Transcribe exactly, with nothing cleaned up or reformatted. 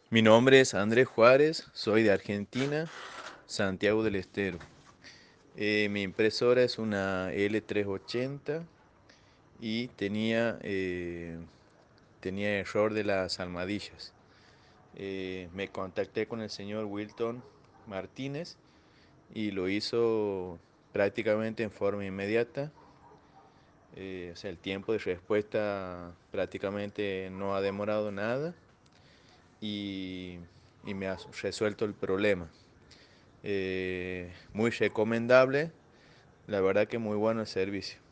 Mi nombre es Andrés Juárez, soy de Argentina, Santiago del Estero. Eh, mi impresora es una L trescientos ochenta y tenía, eh, tenía error de las almohadillas. Eh, me contacté con el señor Wilton Martínez y lo hizo prácticamente en forma inmediata. Eh, o sea, el tiempo de respuesta prácticamente no ha demorado nada y, y me ha resuelto el problema. Eh, muy recomendable, la verdad que muy bueno el servicio.